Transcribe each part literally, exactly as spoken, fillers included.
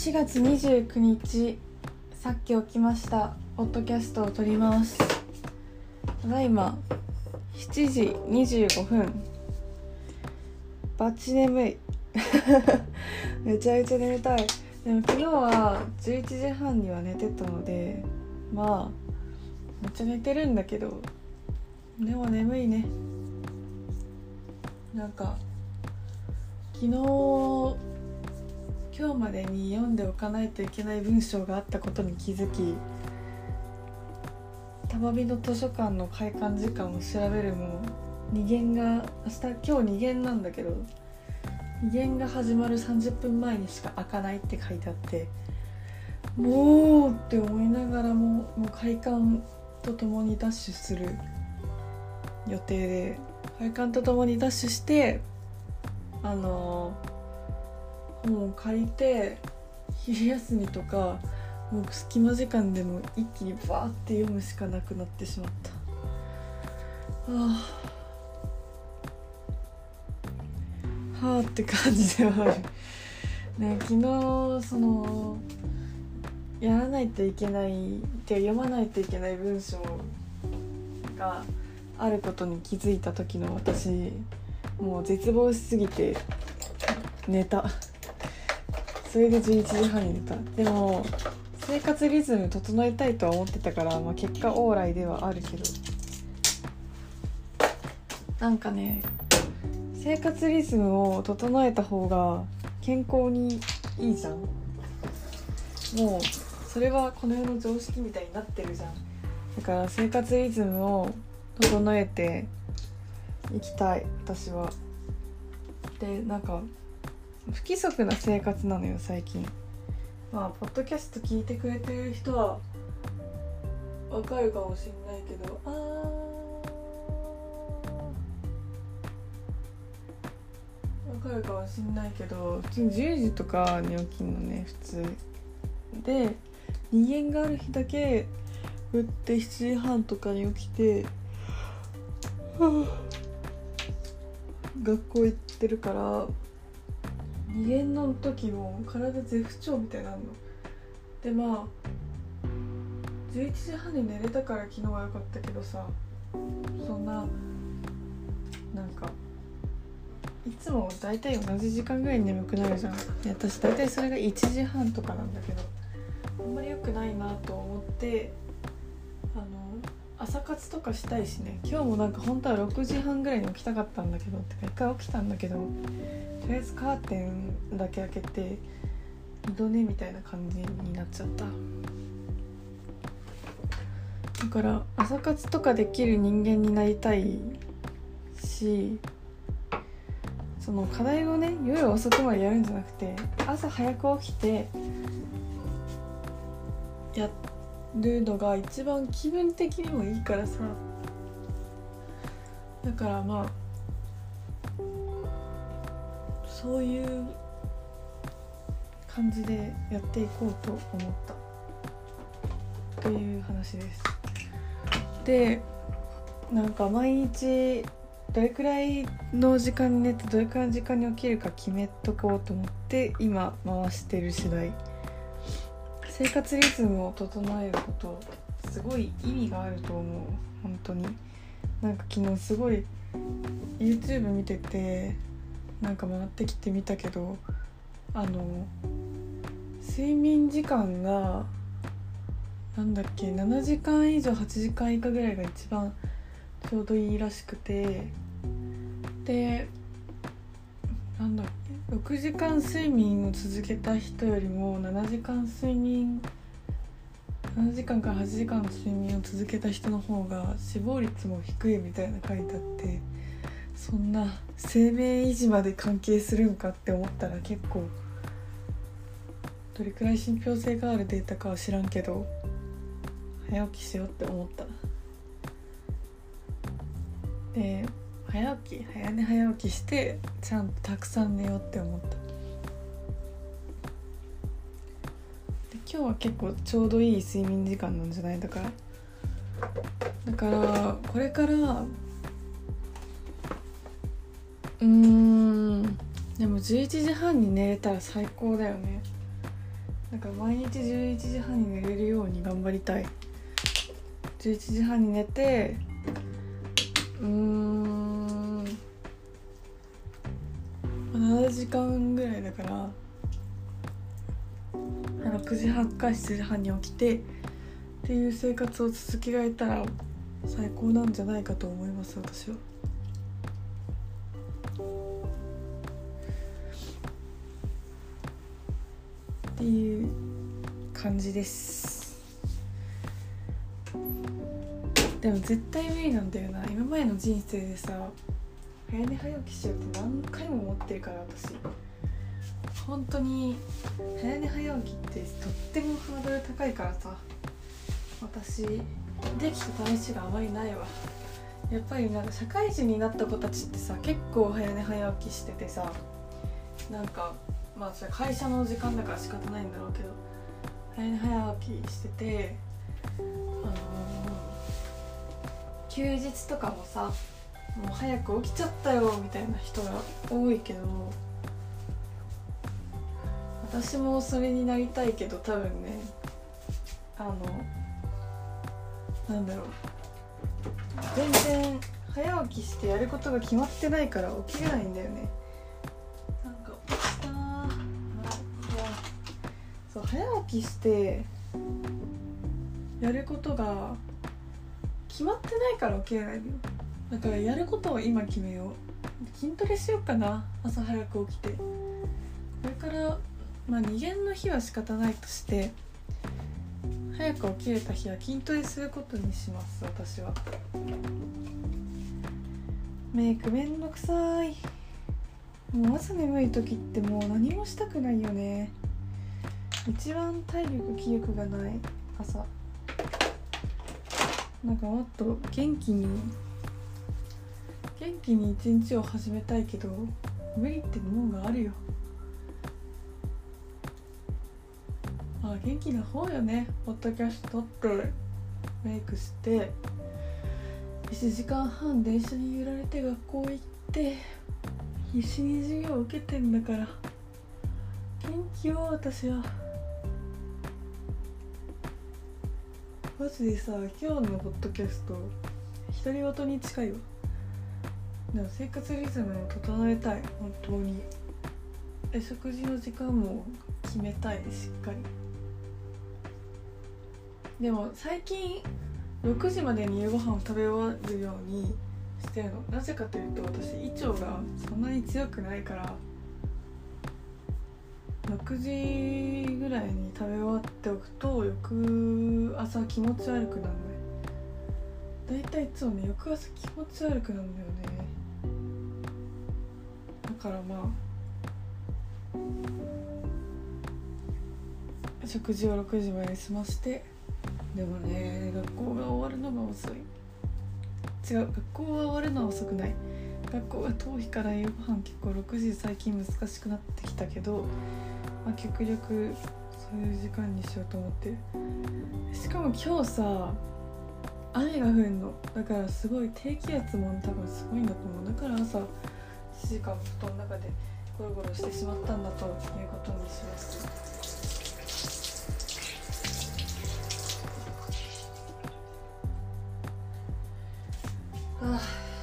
しがつにじゅうくにち、さっき起きました。ポッドキャストを撮ります。ただいましちじにじゅうごふん。バチ眠いめちゃめちゃ眠たい。でも昨日はじゅういちじはんには寝てたので、まあめっちゃ寝てるんだけど、でも眠いね。なんか昨日今日までに読んでおかないといけない文章があったことに気づき、たまびの図書館の開館時間を調べるもに限が明日今日に限なんだけど、に限が始まるさんじゅっぷんまえにしか開かないって書いてあって、もうって思いながらももう開館とともにダッシュする予定で、開館とともにダッシュしてあの本を借りて昼休みとかもう隙間時間でも一気にバーって読むしかなくなってしまった。はあ、はあって感じではあるね。昨日そのやらないといけないって読まないといけない文章があることに気づいた時の私、もう絶望しすぎて寝た。それでじゅういちじはんに寝た。でも生活リズム整えたいとは思ってたから、まあ、結果オーライではあるけど、なんかね、生活リズムを整えた方が健康にいいじゃん。もうそれはこの世の常識みたいになってるじゃん。だから生活リズムを整えていきたい、私は。で、なんか不規則な生活なのよ最近。まあポッドキャスト聞いてくれてる人はわかるかもしれないけど、あーわかるかもしれないけど、普通にじゅうじとかに起きるのね、普通で。に限がある日だけ打ってしちじはんとかに起きて、はあ、学校行ってるから、に限の時も体絶不調みたいなので、まあじゅういちじはんに寝れたから昨日は良かったけどさ、そんななんかいつもだいたい同じ時間ぐらいに眠くなるじゃん。で、私だいたいそれがいちじはんとかなんだけど、あんまり良くないなと思って、あの朝活とかしたいしね。今日もなんか本当はろくじはんぐらいに起きたかったんだけど、てか一回起きたんだけど、とりあえずカーテンだけ開けて二度寝みたいな感じになっちゃった。だから朝活とかできる人間になりたいし、その課題をね夜遅くまでやるんじゃなくて、朝早く起きてやるのが一番気分的にもいいからさ。だからまあそういう感じでやっていこうと思ったという話です。で、なんか毎日どれくらいの時間に寝てどれくらいの時間に起きるか決めとこうと思って今回してる次第。生活リズムを整えることすごい意味があると思う、本当に。なんか昨日すごい YouTube 見てて、なんか回ってきてみたけど、あの睡眠時間がなんだっけななじかん以上はちじかん以下ぐらいが一番ちょうどいいらしくて、でなんだっけろくじかん睡眠を続けた人よりもななじかん睡眠ななじかんからはちじかんの睡眠を続けた人の方が死亡率も低いみたいな書いてあって、そんな生命維持まで関係するんかって思ったら結構どれくらい信憑性があるデータかは知らんけど、早起きしようって思った。で、早起き早寝早起きしてちゃんとたくさん寝ようって思った。で、今日は結構ちょうどいい睡眠時間なんじゃない。だからだからこれからうーんでもじゅういちじはんに寝れたら最高だよね。 だから毎日じゅういちじはんに寝れるように頑張りたい。じゅういちじはんに寝て、うーんななじかんぐらいだからろくじはんかしちじはんに起きてっていう生活を続けられたら最高なんじゃないかと思います、私は。っていう感じです。でも絶対無理なんだよな。今までの人生でさ、早寝早起きしようって何回も思ってるから、私本当に早寝早起きってとってもハードル高いからさ、私できた試しがあまりないわ。やっぱりなんか社会人になった子たちってさ、結構早寝早起きしててさ、なんかまあそれ会社の時間だから仕方ないんだろうけど、早寝早起きしてて、あのー、休日とかもさ、もう早く起きちゃったよみたいな人が多いけど、私もそれになりたいけど、多分ね、あのなんだろう、全然早起きしてやることが決まってないから起きれないんだよね。なんか起きたー、あ、いや、そう、早起きしてやることが決まってないから起きれないのよ。だからやることを今決めよう。筋トレしようかな、朝早く起きて。これからまあ二限の日は仕方ないとして、早く起きれた日は筋トレすることにします、私は。メイクめんどくさい。もう朝眠い時ってもう何もしたくないよね。一番体力気力がない朝。なんかもっと元気に元気に一日を始めたいけど、無理ってもんがあるよ。まあ元気な方よね。ポッドキャスト撮ってメイクしていちじかんはん電車に揺られて学校行って必死に授業を受けてんだから元気よ、私は。マジでさ、今日のポッドキャスト独り言に近いわ。でも生活リズムを整えたい、本当に。で、食事の時間も決めたい、しっかり。でも最近ろくじまでに夕ご飯を食べ終わるようにしてるの。なぜかというと、私胃腸がそんなに強くないから、ろくじぐらいに食べ終わっておくと翌朝気持ち悪くなるのよ。だいたいいつもね、翌朝気持ち悪くなるんだよね。だからまあ食事をろくじまでに済まして、でもね、学校が終わるのが遅い。違う、学校が終わるのは遅くない。学校が遠いから夕ご飯結構ろくじ最近難しくなってきたけど、まあ、極力そういう時間にしようと思ってる。しかも今日さ、雨が降るの。だからすごい低気圧も多分すごいんだと思う。だから朝いちじかん布団の中でゴロゴロしてしまったんだということにします。はあ、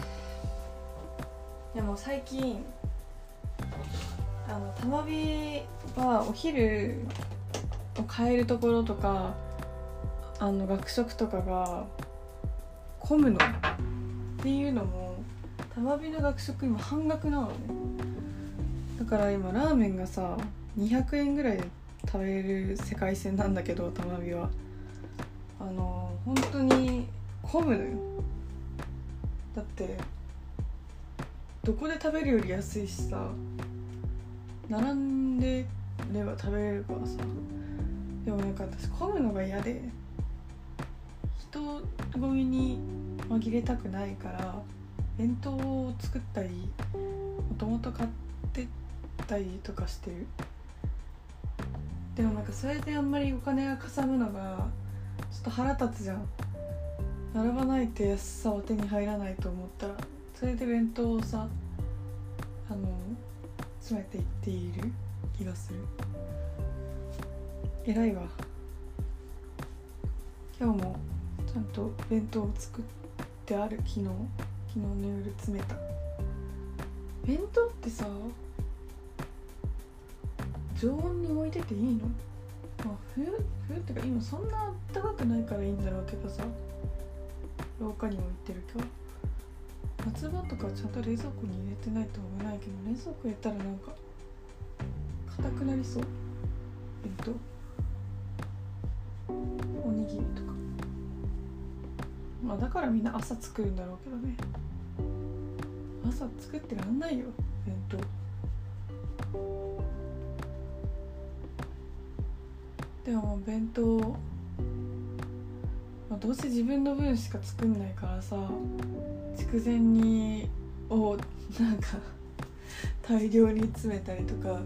でも最近あのたまびはお昼を買えるところとか、あの学食とかが混むのっていうのも、たまびの学食今半額なのね。だから今ラーメンがさにひゃくえんぐらいで食べれる世界線なんだけど、たまびはあの本当に混むのよ。だってどこで食べるより安いしさ、並んでれば食べれるからさ。でもなんか私混むのが嫌で、人混みに紛れたくないから弁当を作ったりもともと買ってたりとかしてる。でもなんかそれであんまりお金がかさむのがちょっと腹立つじゃん。並ばないと安さは手に入らないと思ったら、それで弁当をさ、あの詰めていっている気がする。 偉いわ。今日もちゃんと弁当を作ってある。昨日昨日の夜詰めた弁当ってさ、常温に置いてていいの？まあ、冬冬ってか今そんな暖かくないからいいんだろうけどさ、廊下に置いてる今日。夏場とかちゃんと冷蔵庫に入れてないと危ないけど、冷蔵庫入れたらなんか硬くなりそう。弁当おにぎりとか、まあだからみんな朝作るんだろうけどね。朝作ってらんないよ弁当。でも弁当、まあ、どうせ自分の分しか作んないからさ、筑前煮をなんか大量に詰めたりとか、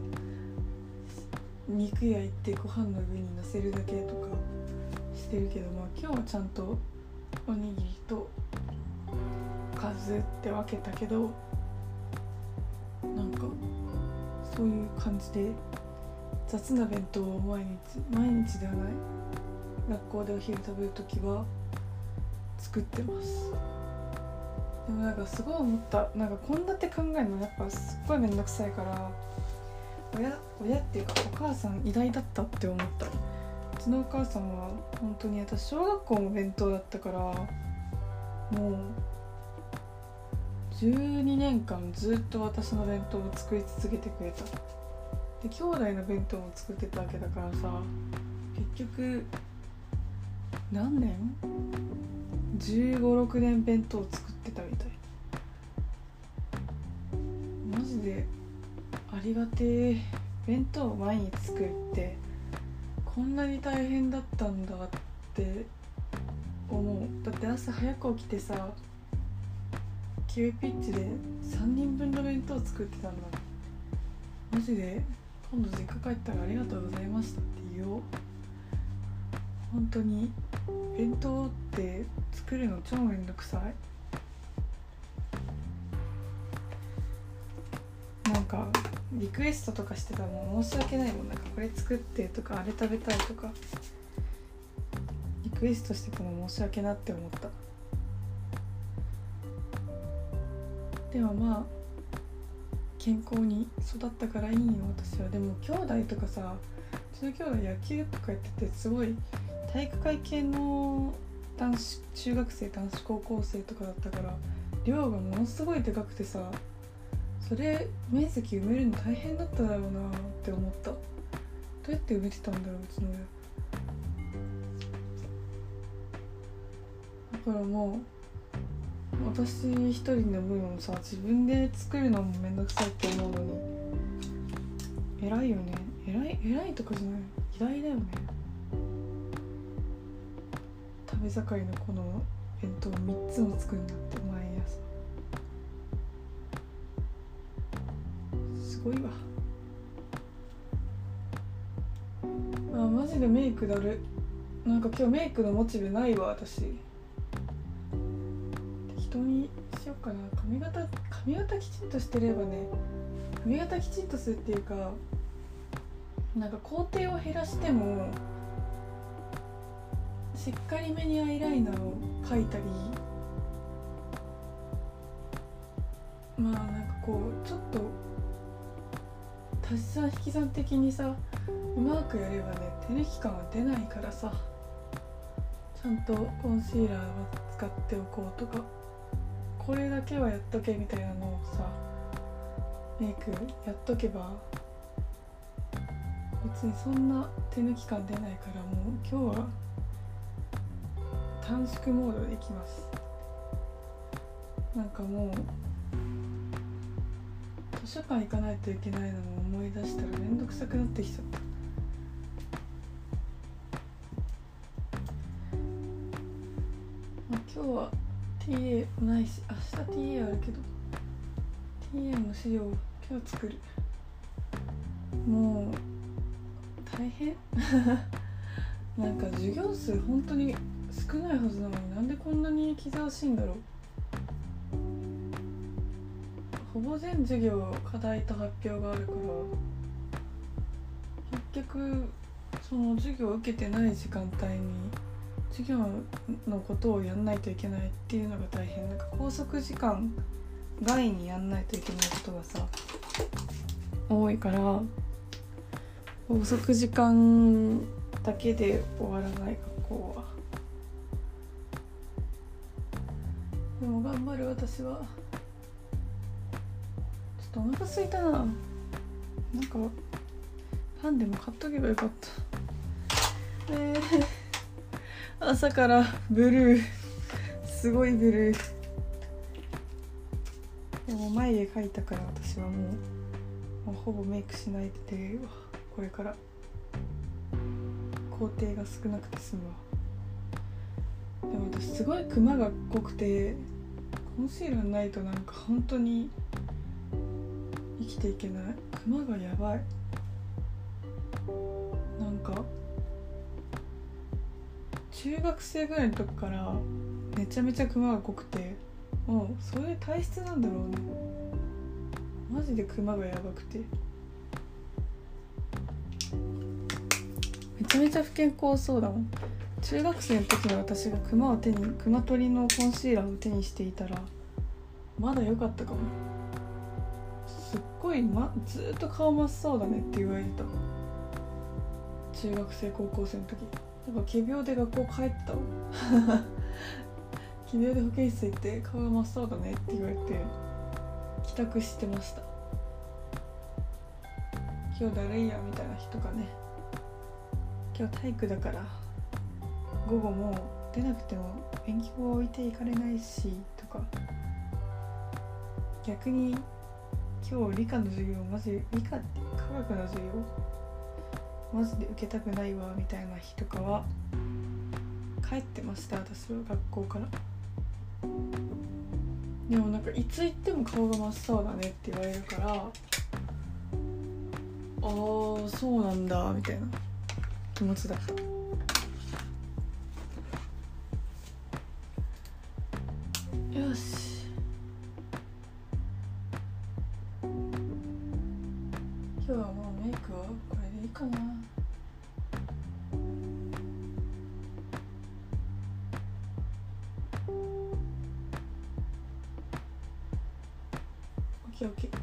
肉焼いてご飯の上に乗せるだけとかしてるけど、まあ今日はちゃんとおにぎりと数って分けたけど、なんかそういう感じで雑な弁当を毎日毎日ではない、学校でお昼食べるときは作ってます。でもなんかすごい思った。なんか献立考えるのやっぱすっごいめんどくさいから、親親っていうかお母さん偉大だったって思った。うちのお母さんは本当に、私小学校も弁当だったから、もうじゅうにねんかんずっと私の弁当を作り続けてくれた。で兄弟の弁当も作ってたわけだからさ、結局何年 ?じゅうご、ろくねん弁当を作ってたみたい。マジでありがてえ。弁当を毎日作ってこんなに大変だったんだって思う。だって朝早く起きてさ、急ピッチでさんにんぶんの弁当作ってたんだ。マジで今度実家帰ったらありがとうございましたって言おう。本当に弁当って作るの超めんどくさい。なんかリクエストとかしてたらもう申し訳ないもん。なんかこれ作ってとか、あれ食べたいとかリクエストしてたの申し訳なって思った。でもまあ健康に育ったからいいよ私は。でも兄弟とかさ、うちの兄弟野球とかやってて、すごい体育会系の男子中学生男子高校生とかだったから、量がものすごいでかくてさ、それ面積埋めるの大変だっただろうなって思った。どうやって埋めてたんだろううちの親。だからもう私一人の分をさ、自分で作るのもめんどくさいって思うのに、偉いよね。偉い偉いとかじゃない、偉大だよね。食べ盛りのこの弁当みっつも作るんだって毎朝。すごいわ。あ、マジでメイクだる。なんか今日メイクのモチベないわ私。適当にしようかな。髪型髪型きちんとしてればね、髪型きちんとするっていうか、なんか工程を減らしてもしっかりめにアイライナーを描いたり、まあなんかこうちょっと足し算引き算的にさ、うまくやればね、手抜き感は出ないからさ、ちゃんとコンシーラーは使っておこうとか、これだけはやっとけみたいなのをさ、メイクやっとけば別にそんな手抜き感出ないから、もう今日は短縮モードでいきます。なんかもう図書館行かないといけないのも思い出したらめんどくさくなってきちゃった。まあ、今日は ティーエー ないし、明日 ティーエー あるけど ティーエー の資料を今日作る。もう大変なんか授業数本当に少ないはずなのに、なんでこんなに気ぜわしいんだろう。ほぼ全授業課題と発表があるから、結局その授業を受けてない時間帯に授業のことをやんないといけないっていうのが大変。なんか拘束時間外にやんないといけないことがさ多いから、拘束時間だけで終わらない学校は。でも頑張る私は。ちょっとお腹空いたな。なんかパンでも買っとけばよかった。えー、朝からブルー、すごいブルー。でも眉毛描いたから私はもう、もうほぼメイクしないでこれから工程が少なくて済むわ。でも私すごいクマが濃くて、コンシーラーないとなんか本当に生きていけない。クマがやばい。なんか中学生ぐらいの時からめちゃめちゃクマが濃くて、もうそういう体質なんだろうね。マジでクマがやばくて、めちゃめちゃ不健康そうだもん。中学生の時の私がクマを手にクマ取りのコンシーラーを手にしていたらまだ良かったかも。すっごい、ま、ずーっと顔真っ青だねって言われてた。中学生高校生の時なんか仮病で学校帰ってたわ仮病で保健室行って顔が真っ青だねって言われて帰宅してました。今日だるいやみたいな日とかね、今日体育だから午後も出なくても勉強を置いていかれないしとか、逆に今日理科の授業マジ理科って科学の授業マジで受けたくないわみたいな日とかは帰ってました私は学校から。でもなんかいつ行っても顔が真っ青だねって言われるから、あーそうなんだみたいな気持ちだった。よし、今日はもうメイクはこれでいいかな。オッケーオッケー。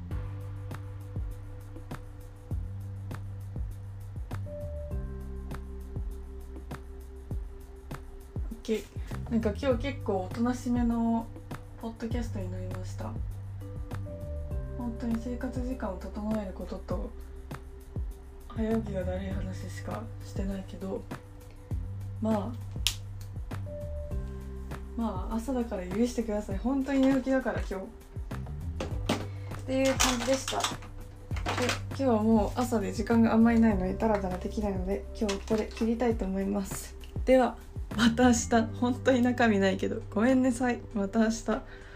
オッケー。なんか今日結構おとなしめのポッドキャストになりました。本当に生活時間を整えることと早起きがだるい話しかしてないけど、まあまあ朝だから許してください。本当に寝起きだから今日っていう感じでした。で今日はもう朝で時間があんまりないのでダラダラできないので今日これ切りたいと思います。ではまた明日。本当に中身ないけどごめんなさい。また明日。